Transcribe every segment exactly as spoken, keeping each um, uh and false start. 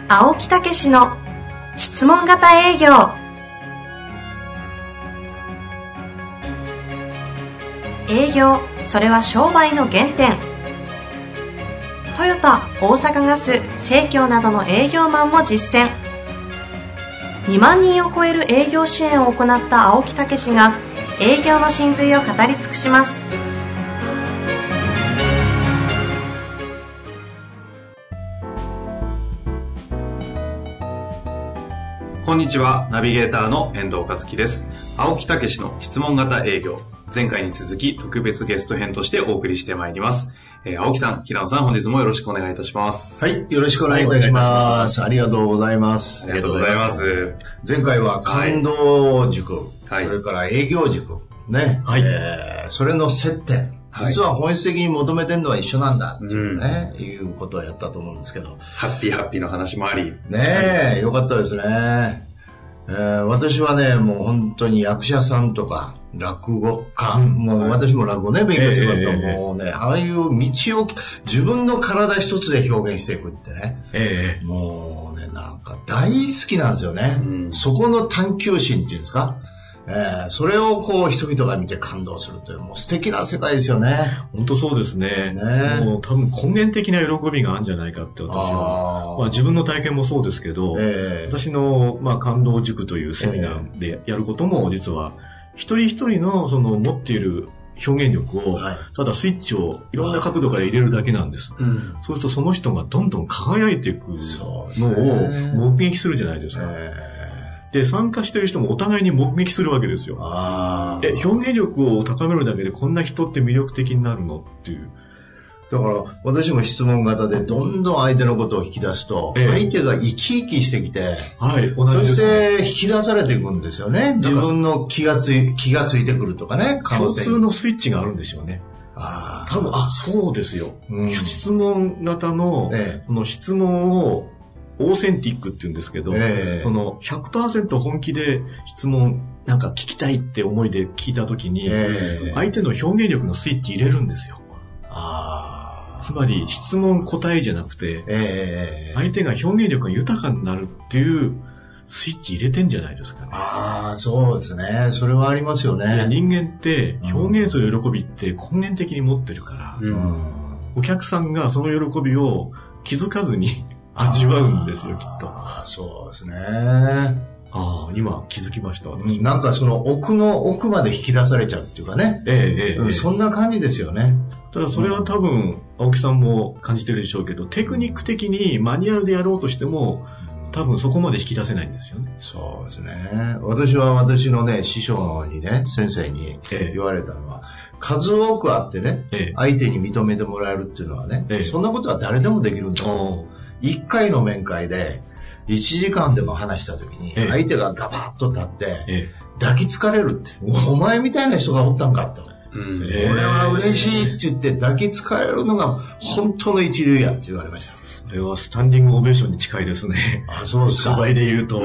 青木武氏の質問型営業。営業、それは商売の原点。トヨタ、大阪ガス、生協などの営業マンも実践。にまんにんを超える営業支援を行った青木武氏が営業の真髄を語り尽くします。 こんにちは、ナビゲーターの遠藤和樹です。青木武氏の質問型営業、前回に続き特別ゲスト編としてお送りしてまいります。えー、青木さん、平野さん、本日もよろしくお願いいたします。 はい、よろしくお願いいたします。ありがとうございます。 ありがとうございます。 前回は感動塾、 はい、 それから営業塾、ね、はい、えー、それの接点。実は本質的に求めてるのは一緒なんだっていうね、うん、いうことをやったと思うんですけど。 ハッピーハッピーの話もあり。 ねえ、よかったですね。えー、私はね、もう本当に役者さんとか、落語家、うん、もう私も落語ね、勉強してますけど、えー、もうね、ああいう道を自分の体一つで表現していくってね、えー、もうね、なんか大好きなんですよね。うん、そこの探求心っていうんですか。えー、それをこう人々が見て感動するというもう素敵な世界ですよね。 本当そうですね。ね、もう多分根源的な喜びがあるんじゃないかって私は、あまあ、自分の体験もそうですけど、えー、私の、まあ、感動塾というセミナーでやることも実は一人一人のその持っている表現力を、はい、ただスイッチをいろんな角度から入れるだけなんです、うん、そうするとその人がどんどん輝いていくのを目撃するじゃないですか。で、参加してる人もお互いに目撃するわけですよ。あえ、表現力を高めるだけでこんな人って魅力的になるのっていう。 だから私も質問型でどんどん相手のことを引き出すと、ええ、相手が生き生きしてきて、はい、同じですね。そして引き出されていくんですよね。自分の気がつい、気がついてくるとかね。 共通のスイッチがあるんでしょうね。あ多分、あ、そうですよ。うん、質問型の、ええ、その質問をオーセンティックって言うんですけど、えー、その ひゃくパーセント 本気で質問なんか聞きたいって思いで聞いたときに、えー、相手の表現力のスイッチ入れるんですよ。あつまり質問答えじゃなくて、えー、相手が表現力が豊かになるっていうスイッチ入れてんじゃないですかね。 ああ、そうですね。それはありますよね。 人間って表現する喜びって根源的に持ってるから、うん、お客さんがその喜びを気づかずに味わうんですよ、きっと。 あそうですね。 ああ、今気づきました、私。 なんかその奥の奥まで引き出されちゃうっていうかね。ええ、ええ、うん。そんな感じですよね。 ただそれは多分、青木さんも感じてるでしょうけど、テクニック的にマニュアルでやろうとしても、多分そこまで引き出せないんですよね。 そうですね。私は私のね、師匠にね、先生に言われたのは、ええ、数多くあってね、ええ、相手に認めてもらえるっていうのはね、ええ、そんなことは誰でもできるんだと。一回の面会でいちじかんでも話した時に相手がガバッと立って抱きつかれるって、お前みたいな人がおったんかと、うん、俺は嬉しいって言って抱きつかれるのが本当の一流やって言われました。 それはスタンディングオベーションに近いですね。 あ、そうですか。 人前で言うと、うん、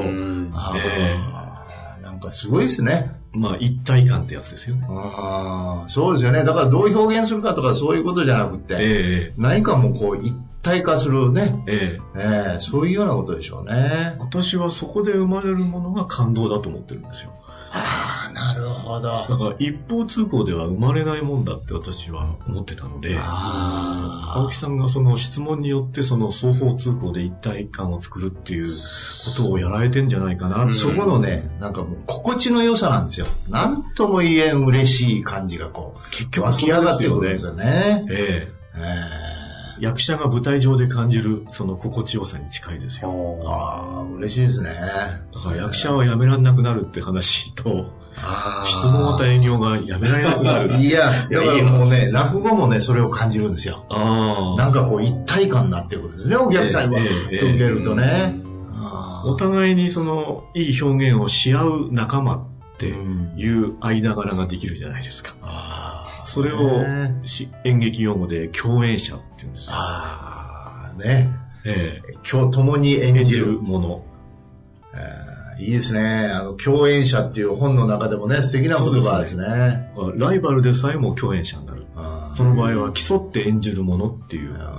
あ、えー、なんかすごいですね。 まあ一体感ってやつですよね。 ああ、そうですよね。だからどう表現するかとかそういうことじゃなくて、えー、何かもこう一体化するね、ええええ、そういうようなことでしょうね。 私はそこで生まれるものが感動だと思ってるんですよ。 ああ、なるほど。 だから一方通行では生まれないもんだって私は思ってたので、あ青木さんがその質問によってその双方通行で一体感を作るっていうことをやられてんじゃないかな。 そこのね、なんかもう心地の良さなんですよ。なんとも言えん嬉しい感じがこう結局湧き上がってくるんですよね。ええええ役者が舞台上で感じるその心地よさに近いですよ。 ああ、嬉しいですね。 だから役者はやめられなくなるって話と、質問型営業がやめられなくなる。 いや、だからもうね、落語もね、それを感じるんですよ。あなんかこう一体感になってくるんですね、お客さんにわーっと受けるとね。えーえー、お互いにそのいい表現をし合う仲間っていう間柄ができるじゃないですか。あそれを演劇用語で共演者って言うんですよ。 ああ、ね。ええ、今日共に演じるもの。えー、いいですね。あの共演者っていう本の中でもね、素敵な言葉ですね。ねライバルでさえも共演者になる。その場合は競って演じるものっていう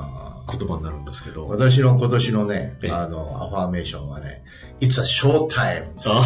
言葉になるんですけど。 私の今年のね、あの、アファーメーションはね、It's a show time.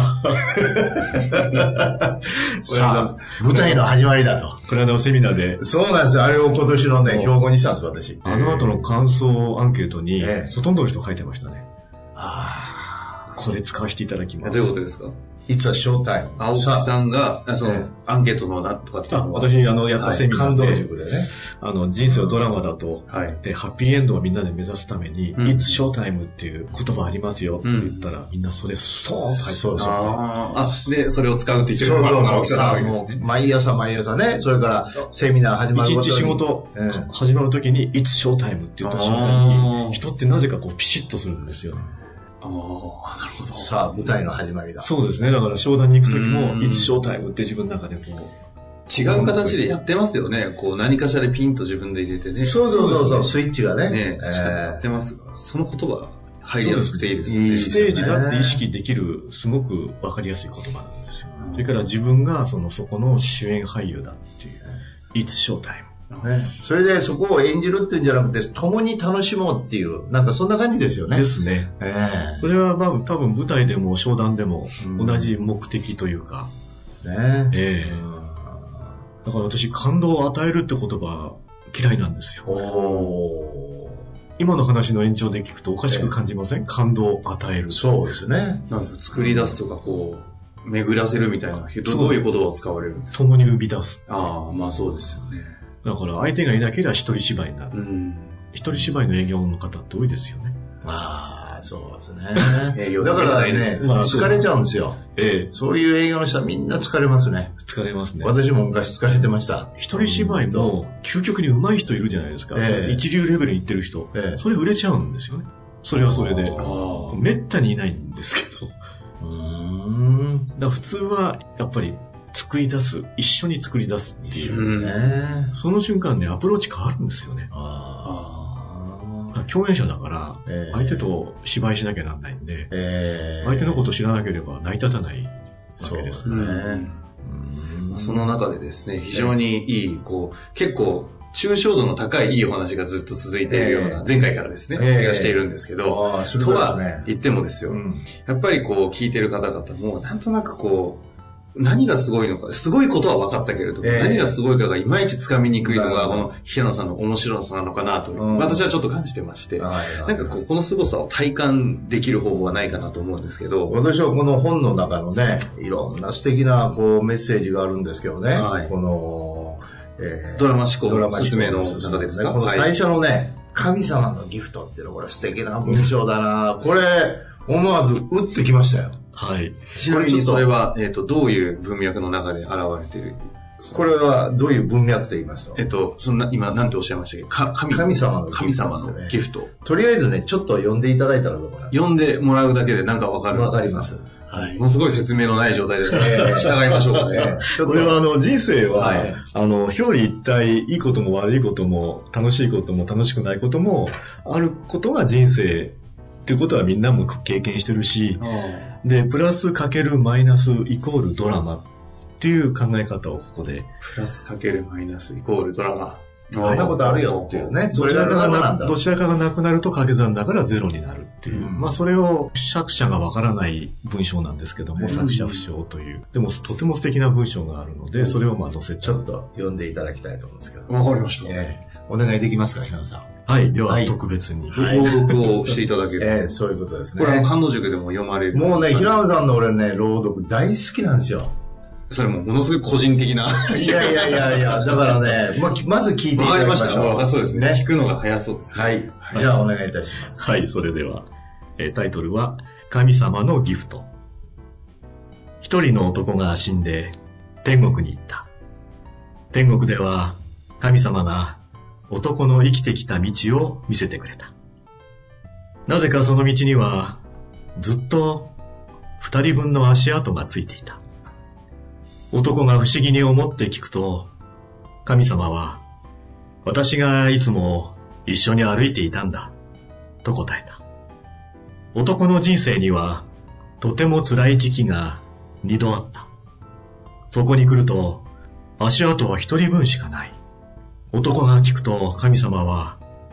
さあ、舞台の始まりだと。 これあのセミナーで。 そうなんですよ。あれを今年のね、標語にしたんです私。 あの後の感想アンケートに、ほとんどの人書いてましたね。ああ。これ使わせていただきます。 どういうことですか ？It's a show time. 青木さんが、その、アンケートのなんとかってあ、私、あの、やったセミナーで、 感動塾でね。 あの、人生をドラマだと、はい、で、ハッピーエンドをみんなで目指すために、うん、It's show time っていう言葉ありますよって言ったら、うん、みんなそれ、そう、 そうそう。 ああ、で、それを使うって言ってるそうそうそう。もう、毎朝毎朝ね、それから、セミナー始まる一日仕事、えー、始まるときに、It's show time って言った瞬間に、人ってなぜかこう、ピシッとするんですよね。 ああ、なるほど。 さあ、舞台の始まりだ。 そうですね。だから商談に行くときも、いつショータイムって自分の中でこう。 違う形でやってますよね。こう、何かしらでピンと自分で入れてね。 そうそうそうそう、スイッチがね。 ね、確かにやってますが、その言葉、入りやすくていいですね。 ステージだって意識できる、すごくわかりやすい言葉なんですよ。それから自分がその、そこの主演俳優だっていう、いつショータイム。 ね、それでそこを演じるっていうんじゃなくて共に楽しもうっていうなんかそんな感じですよね。 ですね。えー、それはまあ多分舞台でも商談でも同じ目的というか、うん、ねえー、だから私感動を与えるって言葉嫌いなんですよ。お今の話の延長で聞くとおかしく感じません？えー、感動を与える。 そうですね。 なんか作り出すとかこう巡らせるみたいなどういう言葉を使われるんですか？ 共に生み出す。 ああ、まあそうですよね。 だから相手がいなければ一人芝居になる。うん、一人芝居の営業の方って多いですよね。 ああ、そうですね。営業だからね、まあ、疲れちゃうんですよ。ええ。そういう営業の人はみんな疲れますね。 疲れますね。 私も昔疲れてました。 一人芝居も究極に上手い人いるじゃないですか。ええ、一流レベルに行ってる人、ええ。それ売れちゃうんですよね。それはそれで。めったにいないんですけど。うーん。だから普通はやっぱり作り出す、一緒に作り出すっていう、ね、その瞬間ねアプローチ変わるんですよね。ああ、共演者だから、えー、相手と芝居しなきゃなんないんで、えー、相手のこと知らなければ成り立たないわけですね。 うん、その中でですね、非常にいい、こう結構抽象度の高いいいお話がずっと続いているような、前回からですね、気がしているんですけど、とは言ってもですよ、やっぱりこう聞いてる方々もなんとなくこう何がすごいのか、すごいことは分かったけれども、えー、何がすごいかがいまいちつかみにくいのが、この平野さんの面白さなのかなと、うん、私はちょっと感じてまして、はいはいはい、なんかこうこの凄さを体感できる方法はないかなと思うんですけど、 私はこの本の中のね、いろんな素敵なこうメッセージがあるんですけどね、はい、この、 えー、ドラマ思考の勧めの中でですか、 この最初のね、はい、神様のギフトっていうのはこれ素敵な文章だなこれ思わず打ってきましたよ。 はい。 ちなみにそれは、えっと、どういう文脈の中で現れている？ これはどういう文脈と言いますと？ えっと、そんな、今、なんておっしゃいましたっけ？か神, 神様のギフト、ね。 神様のギフト。 とりあえずね、ちょっと読んでいただいたらどうかな。 読んでもらうだけでなんかわかる？ わかります。 はい。ものすごい説明のない状態ですから、従いましょうかね。 これはあの、人生は、はい、あの、表裏一体、いいことも悪いことも、楽しいことも楽しくないことも、あることが人生っていうことはみんなも経験してるし、で、プラスかけるマイナスイコールドラマっていう考え方をここで。 プラスかけるマイナスイコールドラマ。 そんなことあるよっていうね。 どちらかがな、どちらかがなくなると掛け算だからゼロになるっていう。うん、まあそれを作者がわからない文章なんですけども、うん、作者不詳という。でもとても素敵な文章があるので、それをまあ載せちょっと読んでいただきたいと思うんですけど。 わかりました。 えーお願いできますか、平野さん。 はい。では、特別に。 はい、朗読をしていただける。 ええー、そういうことですね。 これは感動塾でも読まれる。 もうね、平野さんの俺ね、朗読大好きなんですよ。 それもものすごい個人的な。 いやいやいやいや、だからね、ま、まず聞いていただきましょう。わかりました。 そうですね。ね聞くのが早そうですね。 はい。はい、じゃあ、お願いいたします。 はい、それでは、えー、タイトルは、神様のギフト。一人の男が死んで、天国に行った。天国では、神様が、男の生きてきた道を見せてくれた。なぜかその道にはずっと二人分の足跡がついていた。男が不思議に思って聞くと、神様は私がいつも一緒に歩いていたんだと答えた。男の人生にはとても辛い時期が二度あった。そこに来ると足跡は一人分しかない。男が聞くと神様は、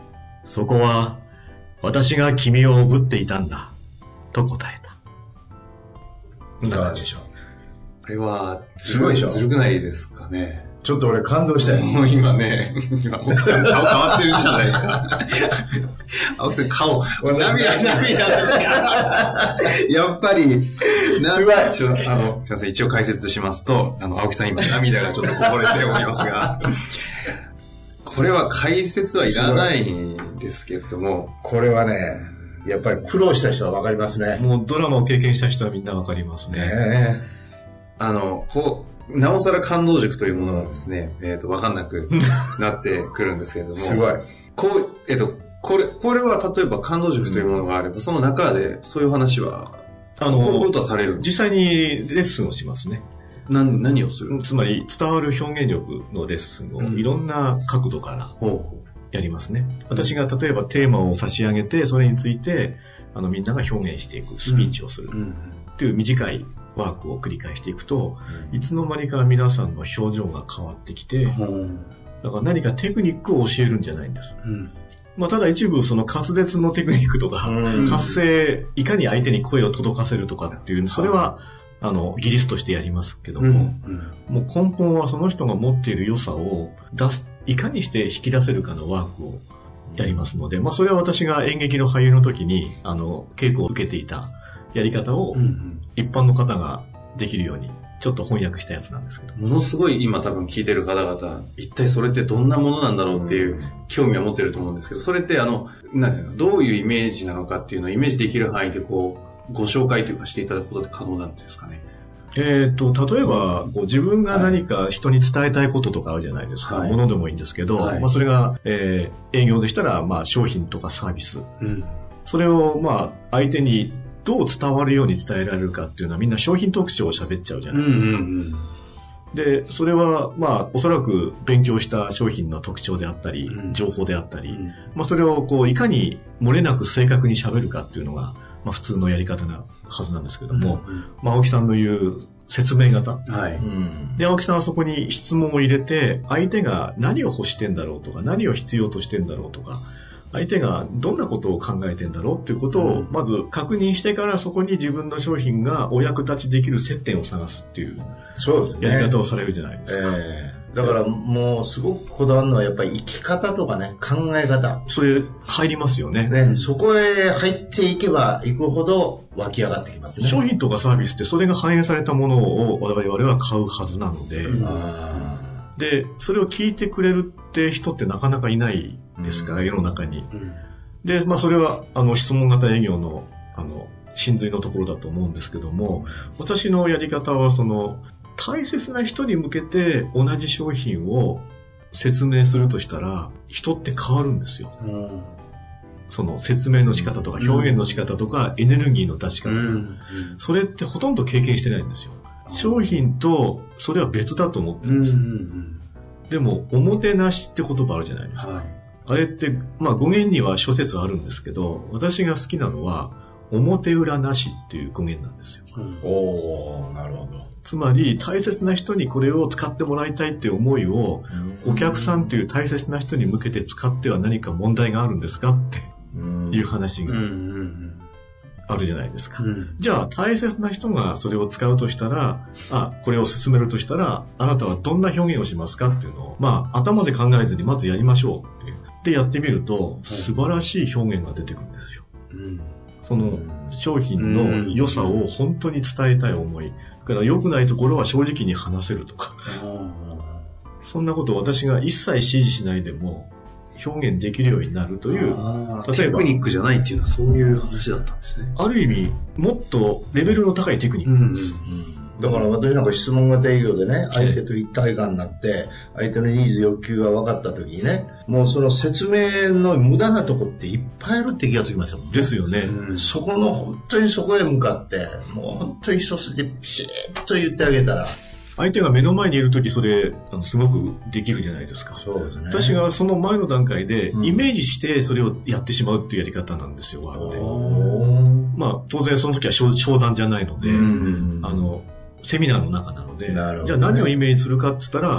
そこは私が君をおぶっていたんだと答えた。 いかがでしょう。 これはすごいでしょ。ずるくないですかね。 ちょっと俺感動したよ。 もう今ね、今奥さん顔変わってるじゃないですか。奥さん顔、涙、涙。 やっぱり、 すごい。あの、すみません、一応解説しますと、あの、青木さん今涙がちょっとこぼれておりますが、これは解説はいらないんですけれども、 これはね、やっぱり苦労した人はわかりますね。 もうドラマを経験した人はみんなわかりますね。 ねあの、こう、なおさら感動塾というものがですね、えっと、わかんなくなってくるんですけれども。 すごい。 こう、えっと、これ、これは例えば感動塾というものがあれば、うん、その中でそういう話は、あの、こういうことはされるんですか？ 実際にレッスンをしますね。 な、何をする？ つまり、伝わる表現力のレッスンをいろんな角度からやりますね。うん、私が例えばテーマを差し上げて、それについて、あの、みんなが表現していく、スピーチをする。っていう短いワークを繰り返していくと、うん、いつの間にか皆さんの表情が変わってきて、うん、だから何かテクニックを教えるんじゃないんです。うん、まあ、ただ一部その滑舌のテクニックとか、うん、発声、いかに相手に声を届かせるとかっていう、それは、あの、技術としてやりますけども、うんうん、もう根本はその人が持っている良さを出す、いかにして引き出せるかのワークをやりますので、まあ、それは私が演劇の俳優の時に、あの、稽古を受けていたやり方を、うんうん、一般の方ができるようにちょっと翻訳したやつなんですけど、 ものすごい今多分聞いてる方々一体それってどんなものなんだろうっていう興味を持ってると思うんですけど、それってあのなんていうの、どういうイメージなのかっていうのをイメージできる範囲でこうご紹介というかしていただくことって可能なんですかね。 えっと、例えば、こう自分が何か人に伝えたいこととかあるじゃないですか。はい、ものでもいいんですけど、はい、まあそれが、えー、営業でしたら、まあ商品とかサービス。うん、それを、まあ相手にどう伝わるように伝えられるかっていうのはみんな商品特徴を喋っちゃうじゃないですか。うんうんうん、で、それは、まあおそらく勉強した商品の特徴であったり、うん、情報であったり、うん、まあそれをこういかに漏れなく正確に喋るかっていうのが、まあ普通のやり方なはずなんですけども、うんうん、まあ青木さんの言う説明型。はい。で、青木さんはそこに質問を入れて、相手が何を欲してんだろうとか、何を必要としてんだろうとか、相手がどんなことを考えてんだろうっていうことを、まず確認してからそこに自分の商品がお役立ちできる接点を探すっていう、そうですね。やり方をされるじゃないですか。 えーだからもうすごくこだわるのはやっぱり生き方とかね、考え方。 それ入りますよね。 ね、そこへ入っていけばいくほど湧き上がってきますね。 商品とかサービスってそれが反映されたものを我々は買うはずなので、うん、で、それを聞いてくれるって人ってなかなかいないですから、うん、世の中に。うん、で、まあそれはあの質問型営業のあの真髄のところだと思うんですけども、私のやり方はその、大切な人に向けて同じ商品を説明するとしたら人って変わるんですよ、うん、その説明の仕方とか表現の仕方とかエネルギーの出し方、うんうん、それってほとんど経験してないんですよ。商品とそれは別だと思ってるんです、うんうんうん、でもおもてなしって言葉あるじゃないですか、はい、あれってまあ語源には諸説あるんですけど、私が好きなのは表裏なしっていう語源なんですよ、うん、 おー、なるほど。 つまり大切な人にこれを使ってもらいたいっていう思いをお客さんという大切な人に向けて使っては何か問題があるんですかっていう話があるじゃないですか。じゃあ大切な人がそれを使うとしたら、あ、これを進めるとしたらあなたはどんな表現をしますかっていうのを、まあ頭で考えずにまずやりましょうっていう。でやってみると素晴らしい表現が出てくるんですよ。その商品の良さを本当に伝えたい思い、だから良くないところは正直に話せるとか、そんなことを私が一切指示しないでも表現できるようになるという、例えばテクニックじゃないっていうのはそういう話だったんですね。 ある意味もっとレベルの高いテクニックです、うんうんだから私なんか質問型営業でね、相手と一体感になって、相手のニーズ、欲求が分かった時にね、もうその説明の無駄なとこっていっぱいあるって気がつきましたもんね。 ですよね。 うん、そこの本当にそこへ向かって、もう本当に一筋でピシッと言ってあげたら、 相手が目の前にいるときそれあのすごくできるじゃないですか。 そうですね。 私がその前の段階でイメージしてそれをやってしまうっていうやり方なんですよ。ワークで。まあ当然その時は商談じゃないので、あのセミナーの中なので、じゃあ何をイメージするかって言ったら、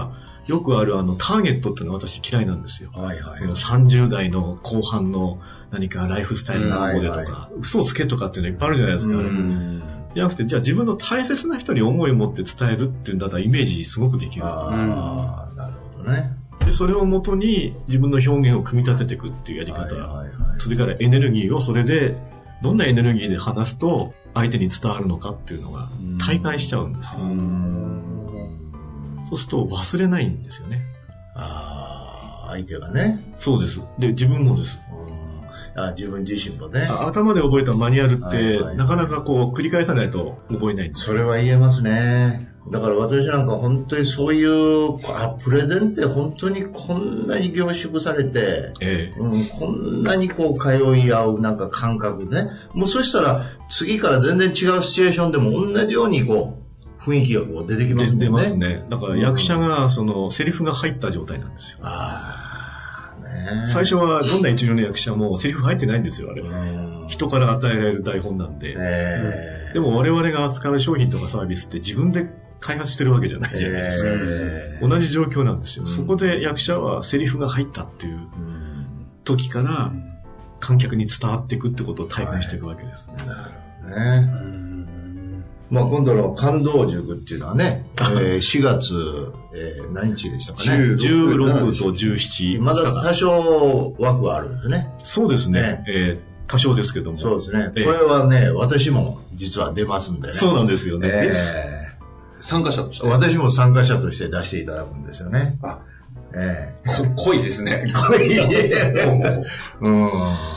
よくあるあの、ターゲットっていうのは私嫌いなんですよ。 はいはいはい、 さんじゅう代の後半の何かライフスタイルのこうでとか、はいはい、嘘をつけとかっていうのいっぱいあるじゃないですか。うんじゃなくて、じゃあ自分の大切な人に思いを持って伝えるっていうんだったらイメージすごくできる。 ああ、なるほどね。 で、それをもとに自分の表現を組み立てていくっていうやり方。はいはいはい、それからエネルギーをそれで、どんなエネルギーで話すと相手に伝わるのかっていうのが体感しちゃうんですよ。うんそうすると忘れないんですよね。 ああ、相手がね。 そうです。で、自分もです。 あ自分自身もね。 頭で覚えたマニュアルって、はいはいはい、なかなかこう繰り返さないと覚えないんです。 それは言えますね。だから私なんか本当にそういう、あ、プレゼンって本当にこんなに凝縮されて、ええうん、こんなにこう通い合うなんか感覚ね。もうそしたら次から全然違うシチュエーションでも同じようにこう、雰囲気がこう出てきますもんね。 出ますね。だから役者がそのセリフが入った状態なんですよ。 あ最初はどんな一流の役者もセリフ入ってないんですよ、あれ。人から与えられる台本なんで。でも我々が扱う商品とかサービスって自分で開発してるわけじゃないじゃないですか。同じ状況なんですよ。そこで役者はセリフが入ったっていう時から観客に伝わっていくってことを体感していくわけです。 なるほどね。まあ今度の感動塾っていうのはね、えー、しがつ、えー、何日でしたかね。 じゅうろくとじゅうしち。 まだ多少枠はあるんですね。 そうですね。ねえー、多少ですけども。 そうですね。えー、これはね、私も実は出ますんでね。 そうなんですよね。 えー、参加者として私も参加者として出していただくんですよね。あええー、濃いですね。 濃い。うん。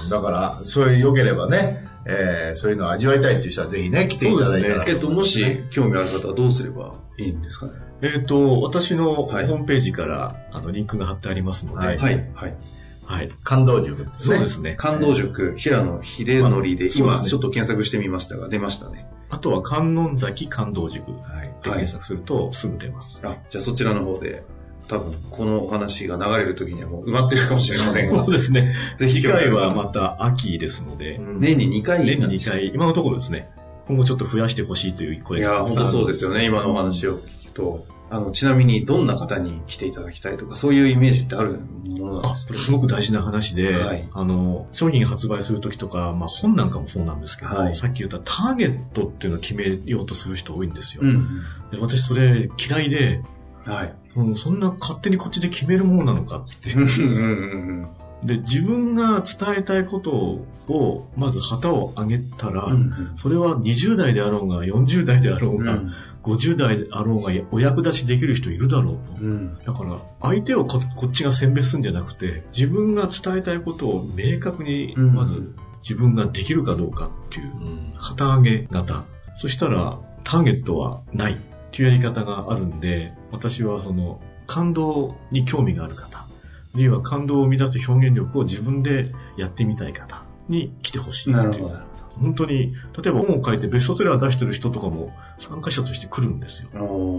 だから、そういう良ければね、えー、そういうのを味わいたいっていう人はぜひね、来ていただいたら。 ね、えっと、もし興味ある方はどうすればいいんですかね。 えっと、私のホームページから、あの、リンクが貼ってありますので。 はい。はい。はい。 はい。感動塾ですね。そうですね。 感動塾、平野秀則で、今ちょっと検索してみましたが、出ましたね。 あとは観音崎感動塾で検索するとすぐ出ます。 はい、あ、じゃあそちらの方で。多分、このお話が流れる時にはもう埋まってるかもしれませんが。 そうですね。ぜひ。次回はまた秋ですので。 うん、年ににかい。 年ににかい。今のところですね。今後ちょっと増やしてほしいという声が。いや、本当そうですよね。今のお話を聞くと。あの、ちなみにどんな方に来ていただきたいとか、そういうイメージってあるものなんですか？ あ、これすごく大事な話で、はい、あの、商品発売するときとか、まあ本なんかもそうなんですけど、はい、さっき言ったターゲットっていうのを決めようとする人多いんですよ。うん、で私それ嫌いで、はい。うん、そんな勝手にこっちで決めるものなのかって。で、自分が伝えたいことを、まず旗を上げたら、うんうん、それはにじゅう代であろうが、よんじゅう代であろうが、うん、ごじゅう代であろうが、お役立ちできる人いるだろうと。うん、だから、相手を こ, こっちが選別するんじゃなくて、自分が伝えたいことを明確に、まず自分ができるかどうかっていう、旗上げ型。そしたら、ターゲットはないっていうやり方があるんで、私はその感動に興味がある方、あるいは感動を生み出す表現力を自分でやってみたい方に来てほしいっていう。なるほど。本当に、例えば本を書いてベストセラー出してる人とかも参加者として来るんですよ。 うん。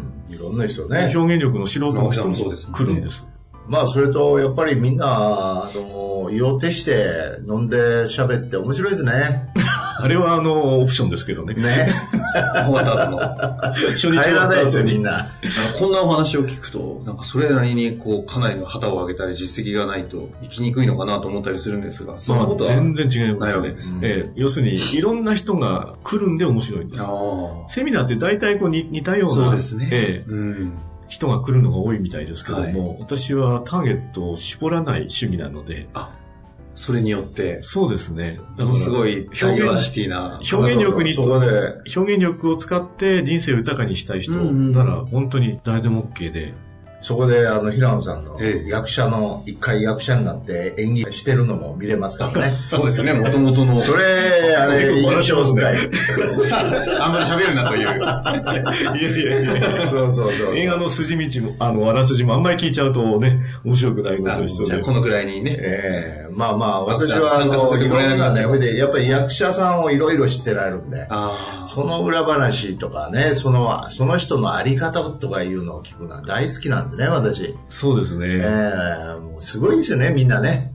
いろんな人ね。 表現力の素人の人も来るんです。 まあ、それと、やっぱりみんな、あの、胃を徹して飲んで喋って面白いですね。 あれはあの、オプションですけどね。 ね。 終わった後の。 初日帰らないですよ、みんな。 こんなお話を聞くと、なんかそれなりに、こう、かなりの旗を上げたり、実績がないと、生きにくいのかなと思ったりするんですが、 そのことは全然違いますね。ですね。ええ、要するに、いろんな人が来るんで面白いんです。セミナーって大体こう似たような。 そうですね。 ええ。うん人が来るのが多いみたいですけども、はい、私はターゲットを絞らない趣味なので、 あ、それによって、 そうですね。 だからすごいダイバーシティな表現力に表現力を使って人生を豊かにしたい人なら本当に誰でも OK で。 そこで、あの、平野さんの役者の、一回役者になって演技してるのも見れますからね。 そうですね、もともとの。 それ、あれ、印象深い。 あんまり喋るなという。いやいやいや。 そうそうそう。 映画の筋道も、あの、あらすじもあんまり聞いちゃうとね、面白くないことですよね。じゃあ、このくらいにね。 ええー、まあまあ、私は、あの、いろんなね、で、やっぱり役者さんをいろいろ知ってられるんで、その裏話とかね、その、その人のあり方とかいうのを聞くのは大好きなんですね、私。 そうですね。 ええー、もうすごいですよね、みんなね。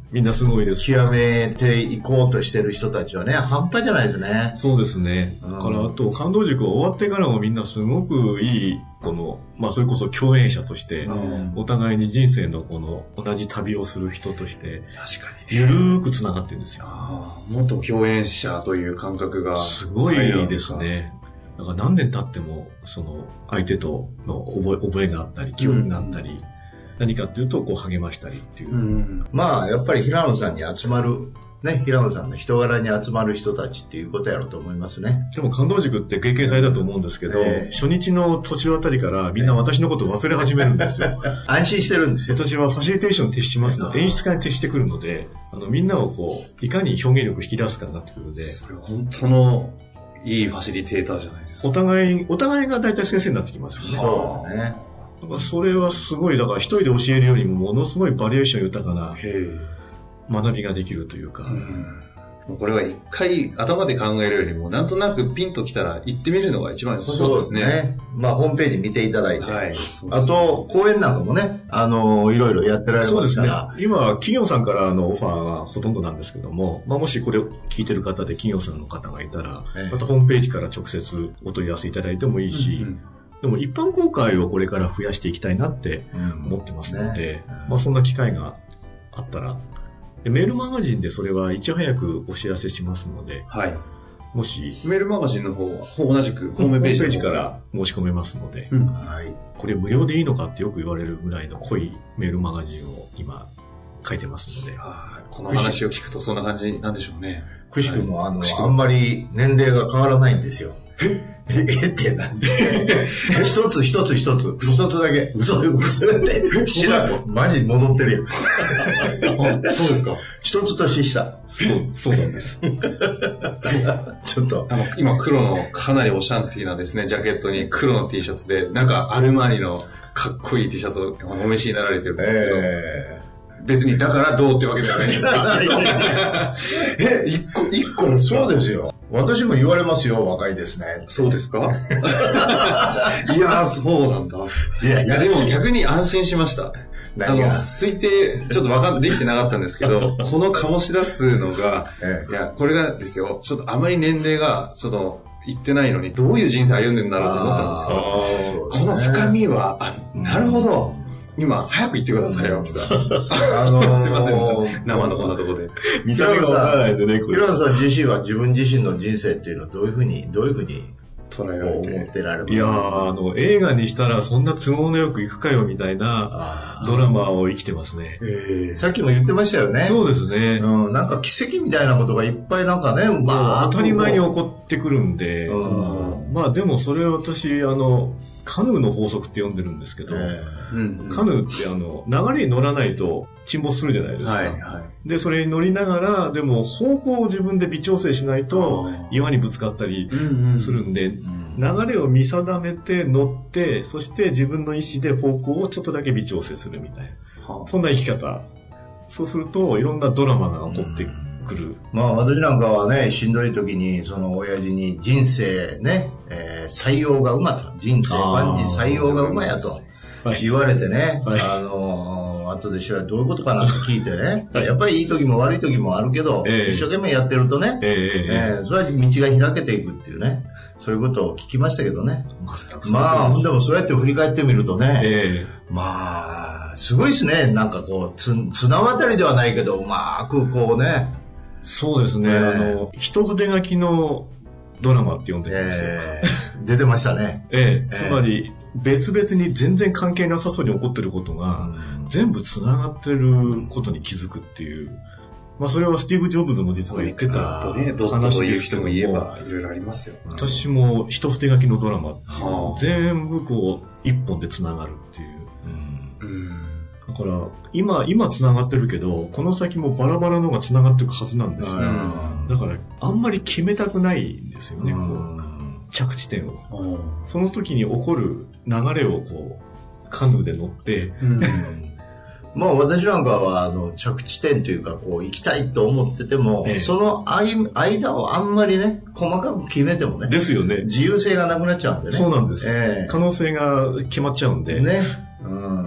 みんなすごいです。 極めていこうとしてる人たちはね、半端じゃないですね。 そうですね。だから、あと、感動塾終わってからもみんなすごくいい、この、まあ、それこそ共演者として、お互いに人生のこの、同じ旅をする人として、 確かに。 ゆるーく繋がってるんですよ。 元共演者という感覚が。 すごいですね。だから何年経っても、その、相手との覚え、覚えがあったり、記憶があったり、うん、何かっていうと、こう励ましたりっていう。うん、 まあ、やっぱり平野さんに集まる、ね、平野さんの人柄に集まる人たちっていうことやろうと思いますね。 でも感動塾って経験されたと思うんですけど、えー、初日の途中あたりからみんな私のことを忘れ始めるんですよ。 安心してるんですよ。 私はファシリテーションを徹しますので、演出家に徹してくるので、あの、みんなをこう、いかに表現力を引き出すかになってくるので。 それは本当のいいファシリテーターじゃないですか。 お互い、お互いが大体先生になってきますよね。 そうですね。 だからそれはすごい、だから一人で教えるよりもものすごいバリエーション豊かな学びができるというか。 うん、これは一回頭で考えるよりも、なんとなくピンときたら行ってみるのが一番良さそうですね。そうですね。 まあ、ホームページ見ていただいて。はい。あと、講演なんかもね、あの、いろいろやってられますから。そうですね。今、企業さんからのオファーがほとんどなんですけども、まあ、もしこれを聞いてる方で企業さんの方がいたら、ええ、またホームページから直接お問い合わせいただいてもいいし、うんうん、でも一般公開をこれから増やしていきたいなって思ってますので、うんね、まあ、そんな機会があったら、でメールマガジンでそれはいち早くお知らせしますので、はい、もしメールマガジンの方は同じくホームページから申し込めますので、うん、はい、これ無料でいいのかってよく言われるぐらいの濃いメールマガジンを今書いてますので、 はあ、この話を聞くとそんな感じなんでしょうね。 くしくも、はい、あのあんまり年齢が変わらないんですよ。えってなんで一つ一つ一つ一つだけ嘘で嘘で知らんマジ戻ってるよ。 そうですか。 一つ年下。 そうそうなんです。 ちょっとあの今黒のかなりオシャンティーなですねジャケットに黒の T シャツでなんかアルマーニのかっこいい T シャツをお召しになられてるんですけど。えー別にだからどうってわけじゃないんですか。 え、一個、一個そうですよ。私も言われますよ、若いですね。 そうですかいやー、そうなんだ。いや、いやでも逆に安心しました。あの、推定、ちょっとわかん、できてなかったんですけど、この醸し出すのが、ええ、いや、これがですよ、ちょっとあまり年齢が、ちょっと、言ってないのに、どういう人生歩んでるんだろうと思ったんですけど、この深みは、あ、なるほど。今、早く言ってくださいよ、さん。あのー、すいません、生のこんなとこで。 見た目がわからないでね、これ。平野さん自身は自分自身の人生っていうのはどういうふうに、どういうふうに捉えられて、思ってられますか？ いやー、あの、映画にしたらそんな都合のよくいくかよみたいなドラマを生きてますね。 えー、さっきも言ってましたよね。 そうですね。 うん、なんか奇跡みたいなことがいっぱいなんかね、 まあ、当たり前に起こってくるんで、うん、まあでもそれ私、あの、カヌーの法則って呼んでるんですけど、えーうんうん、カヌーってあの流れに乗らないと沈没するじゃないですか、はいはい、でそれに乗りながらでも方向を自分で微調整しないと岩にぶつかったりするんで、うんうん、流れを見定めて乗ってそして自分の意思で方向をちょっとだけ微調整するみたいな、はあ、そんな生き方。そうするといろんなドラマが起こってくる、うん、 まあ私なんかはねしんどい時にその親父に人生ね、えー、採用が馬と人生万事採用が馬やと言われてね、はい、あのー、後で知らどういうことかなって聞いてね、はい、やっぱりいい時も悪い時もあるけど、えー、一生懸命やってるとね、えーえー、それは道が開けていくっていうね、そういうことを聞きましたけどね。まあ、でもそうやって振り返ってみるとね、えー、まあ、すごいですね。なんかこう、つ、綱渡りではないけど、うまくこうね。 そうですね。えー、あの、一筆書きのドラマって呼んでるんですよ。 えー、出てましたね。 ええー、つまり、別々に全然関係なさそうに起こってることが、全部繋がってることに気づくっていう。まあそれはスティーブ・ジョブズも実は言ってた話ですけども。ドットという人も言えばいろいろありますよ。私も一筆書きのドラマっていうのは全部こう一本で繋がるっていう。うん、だから今、今繋がってるけど、この先もバラバラのが繋がっていくはずなんですよ。だからあんまり決めたくないんですよね。こう着地点を。その時に起こる流れをこう、カヌーで乗って、うんまあ私なんかはあの着地点というかこう行きたいと思ってても、ええ、その間をあんまりね細かく決めてもねですよね自由性がなくなっちゃうんでね。 そうなんです、ええ、可能性が決まっちゃうんでね、うん、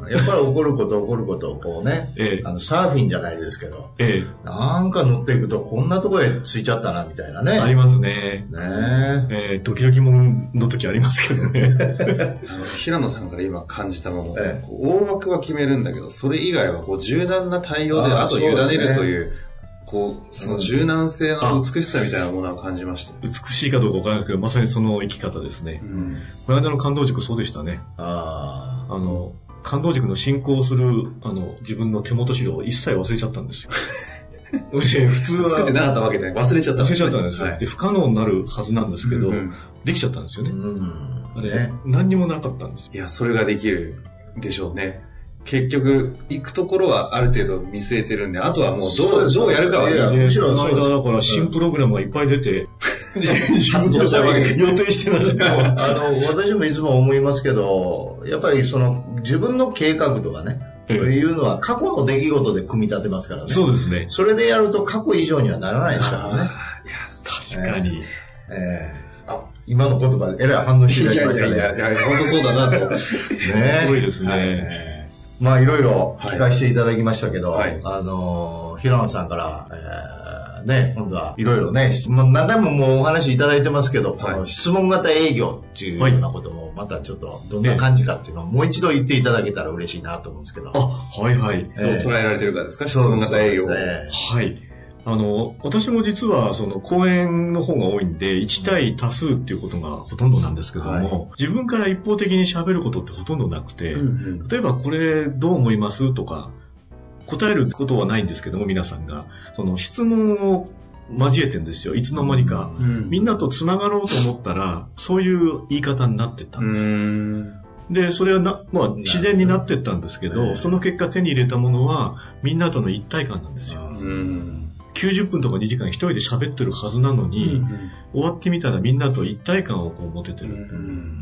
やっぱり起こること起こることをこうね、ええ、あのサーフィンじゃないですけど、ええ、なんか乗っていくとこんなとこへ着いちゃったなみたいなね。 ありますね。ねええ、時々もの時ありますけどね。 あの平野さんから今感じたもの、ええ、大枠は決めるんだけど、それ以外はこう柔軟な対応であと委ねるという、こう、その柔軟性の美しさみたいなものを感じました。 美しいかどうかわからないですけど、まさにその生き方ですね。うん、この間の感動塾そうでしたね。ああの、感動塾の進行する、あの、自分の手元資料を一切忘れちゃったんですよ。普通は。 作ってなかったわけで忘れちゃった。 忘れちゃったんですよ。はい、で、不可能になるはずなんですけど、うんうん、できちゃったんですよね。うん、あれ、ね、何にもなかったんですよ。 いや、それができるでしょうね。結局、行くところはある程度見据えてるんで、あとはもうどう、どうやるかはいい。 むしろ、この間だから新プログラムがいっぱい出て、 発動したわけです。 予定してない。 あの、私もいつも思いますけど、やっぱりその、自分の計画とかね、そういうのは過去の出来事で組み立てますからね。 そうですね。 それでやると過去以上にはならないですからね。いや、 確かに。 えー、あ、今の言葉でえらい反応していただきましたね。いやいや、 いや本当そうだなと。ね。 すごいですね。はいまあいろいろ聞かせていただきましたけど、はい、あのー、平野さんから、えー、ね、今度はいろいろね、何回ももうお話いただいてますけど、はい、この質問型営業っていうようなこともまたちょっとどんな感じかっていうのをもう一度言っていただけたら嬉しいなと思うんですけど。 あ、はいはい。 どう捉えられてるかですか、質問型営業。 そうですね。 はい。あの、私も実は、その、講演の方が多いんで、いち対多数っていうことがほとんどなんですけども、はい、自分から一方的に喋ることってほとんどなくて、うんうん、例えばこれどう思いますとか、答えることはないんですけども、皆さんが、その質問を交えてるんですよ。いつの間にか。うん、みんなと繋がろうと思ったら、そういう言い方になってったんですよ。うんで、それはな、まあ、自然になってったんですけど、その結果手に入れたものは、みんなとの一体感なんですよ。うんきゅうじゅっぷんとかにじかん一人で喋ってるはずなのに、うんうん、終わってみたらみんなと一体感をこう持ててる。うんうん、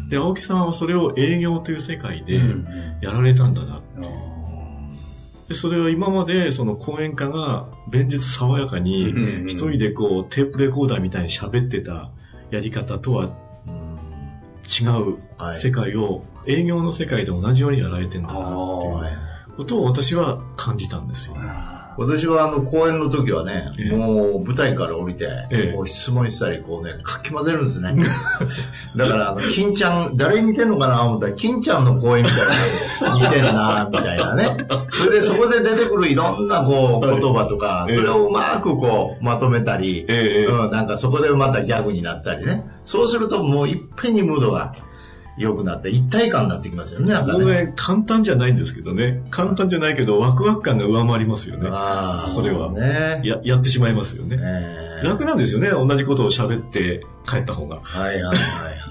で、青木さんはそれを営業という世界でやられたんだなって、うんうん、で、それは今までその講演家が弁実爽やかに一人でこうテープレコーダーみたいに喋ってたやり方とは違う世界を営業の世界で同じようにやられてんだなっていうことを私は感じたんですよ。 私はあの講演の時はね、ええ、もう舞台から降りて、ええ、こう質問したりこうね、かき混ぜるんですね。だからあの、金ちゃん、誰に似てんのかなと思ったら、金ちゃんの講演みたいな、似てんなみたいなね。それでそこで出てくるいろんなこう言葉とか、それをうまくこうまとめたり、ええうん、なんかそこでまたギャグになったりね。そうするともういっぺんにムードが良くなって一体感になってきますよね。なんかね、 ね簡単じゃないんですけどね。簡単じゃないけどワクワク感が上回りますよね。ああ、それは、ね、ややってしまいますよね、えー。楽なんですよね。同じことを喋って帰った方が。 はいはいはい、はい。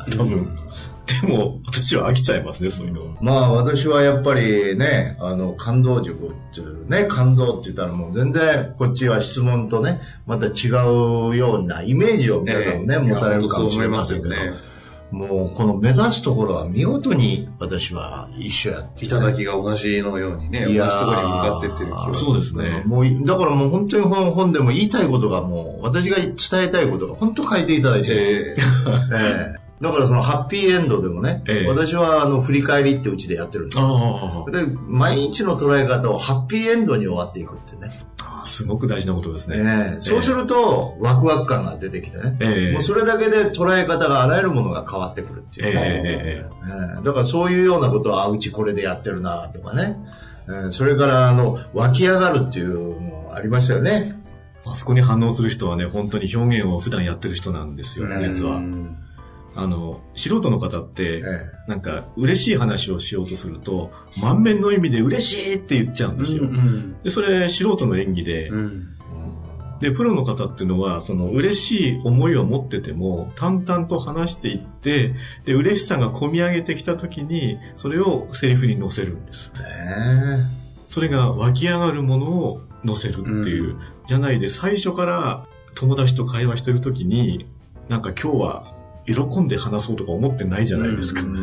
多分。でも私は飽きちゃいますね、そういうのは。 まあ私はやっぱりね、あの感動塾っていうね、感動って言ったらもう全然こっちは質問とね、また違うようなイメージを皆さんね、えー、持たれるかもしれませんけど。もうこの目指すところは見事に私は一緒やって、 ね、いただきが同じのようにね、同じところに向かってってる気が。 そうですね。 もうだからもう本当に本本でも言いたいことがもう私が伝えたいことが本当書いていただいて、えーえー、だからそのハッピーエンドでもね、えー、私はあの振り返りってうちでやってるんですよ。で毎日の捉え方をハッピーエンドに終わっていくってね。 すごく大事なことですね。 ねそうすると、ワクワク感が出てきてね、えー。もうそれだけで捉え方があらゆるものが変わってくるっていう、ねえーえー。だからそういうようなことは、うちこれでやってるなとかね。えー、それから、あの、湧き上がるっていうのありましたよね。 あそこに反応する人はね、本当に表現を普段やってる人なんですよ、ね、実は。あの、素人の方って、ええ、なんか、嬉しい話をしようとすると、満面の意味で嬉しいって言っちゃうんですよ。うんうん、で、それ、素人の演技で、うん、で、プロの方っていうのは、その、嬉しい思いを持ってても、淡々と話していって、で、嬉しさが込み上げてきた時に、それをセリフに乗せるんです。えそれが湧き上がるものを乗せるっていう、うん、じゃないで、最初から友達と会話してる時に、なんか今日は、喜んで話そうとか思ってないじゃないですか。うん、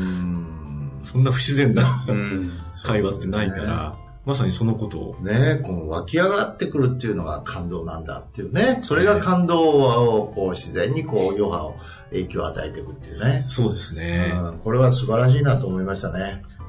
そんな不自然な、うん、会話ってないから、ね、まさにそのことを。 ねこの湧き上がってくるっていうのが感動なんだっていうね。それが感動をこう自然にこう余波を影響を与えていくっていうね。 そうですね、 うん。これは素晴らしいなと思いましたね。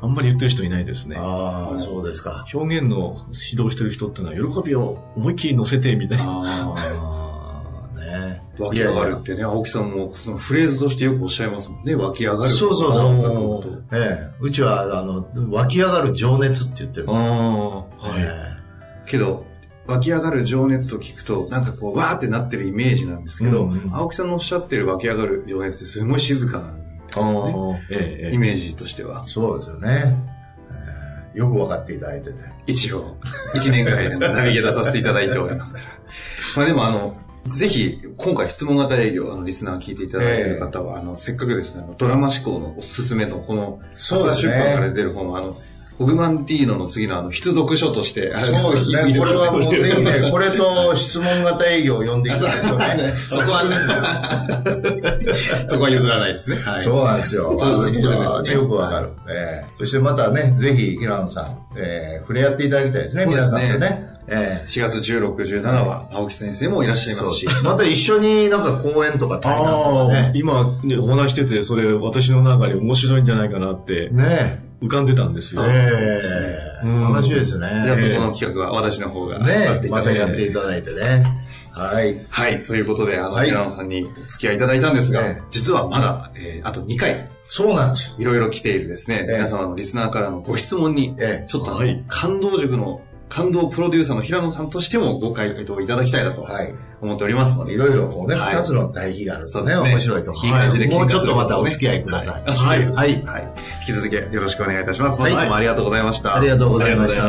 あんまり言ってる人いないですね。 ああ、そうですか。 表現の指導してる人っていうのは、喜びを思いっきり乗せてみたいな。 ああ、ね。 湧き上がるってね、青木さんもそのフレーズとしてよくおっしゃいますもんね。湧き上がる。 そうそうそう。ええ、うちは、あの、湧き上がる情熱って言ってるんですよ。 あはい。えー、けど、湧き上がる情熱と聞くと、なんかこう、わーってなってるイメージなんですけど、うんうん、青木さんのおっしゃってる湧き上がる情熱ってすごい静かなんですよね。ええ、イメージとしては。 そうですよね。えー、よく分かっていただいてて。 一応、一年ぐらいナビゲーターさせていただいておりますから。まあでもあの、ぜひ、今回質問型営業、あの、リスナー聞いていただいている方は、えー、あの、せっかくですね、ドラマ思考のおすすめの、この、朝出版から出る本は、あの、ホグマンティーノの次のあの、必読書として、 そうですね。これはもうぜひね、これと質問型営業を読んでいただいてね。 そこはね、そこは譲らないですね。 はい、そうなんですよ。そうですね。よくわかる。えー、そしてまたね、ぜひ、平野さん、えー、触れ合っていただきたいですね、皆さんとね。 えー、しがつじゅうろく、じゅうしちは、青木先生もいらっしゃいますし。 また一緒になんか講演とか対談とかね。 今、ね、お話してて、それ私の中で面白いんじゃないかなって。ね浮かんでたんですよ。 ええー。話ですね。 じゃあそこの企画は私の方がさせていただいて。 ね、またやっていただいてね。はい。 はい。ということで、あの、平野さんにお付き合いいただいたんですが、実はまだ、えー、あとにかい。 そうなんです。 いろいろ来ているですね、皆様のリスナーからのご質問に、ちょっとあの、感動塾の感動プロデューサーの平野さんとしてもご回答いただきたいなと思っておりますので。 いろいろこうね、二、はい、つの対比があるとね、面白いと思う。いい感じで、もうちょっとまたお付き合いください。 はい。はい。はい。引き続きよろしくお願いいたします。本日もありがとうございました。 ありがとうございました。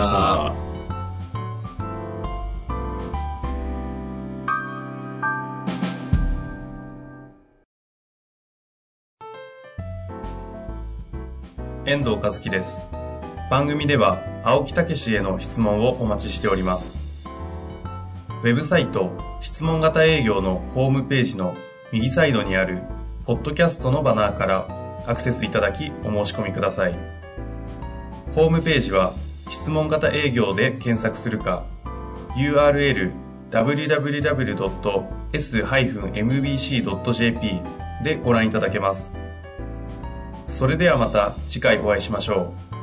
遠藤和樹です。番組では青木武氏への質問をお待ちしております。ウェブサイト質問型営業のホームページの右サイドにあるポッドキャストのバナーからアクセスいただきお申し込みください。ホームページは質問型営業で検索するか ユーアールエル ダブリューダブリューダブリュードットエス エムビーシー ドット ジェーピー でご覧いただけます。それではまた次回お会いしましょう。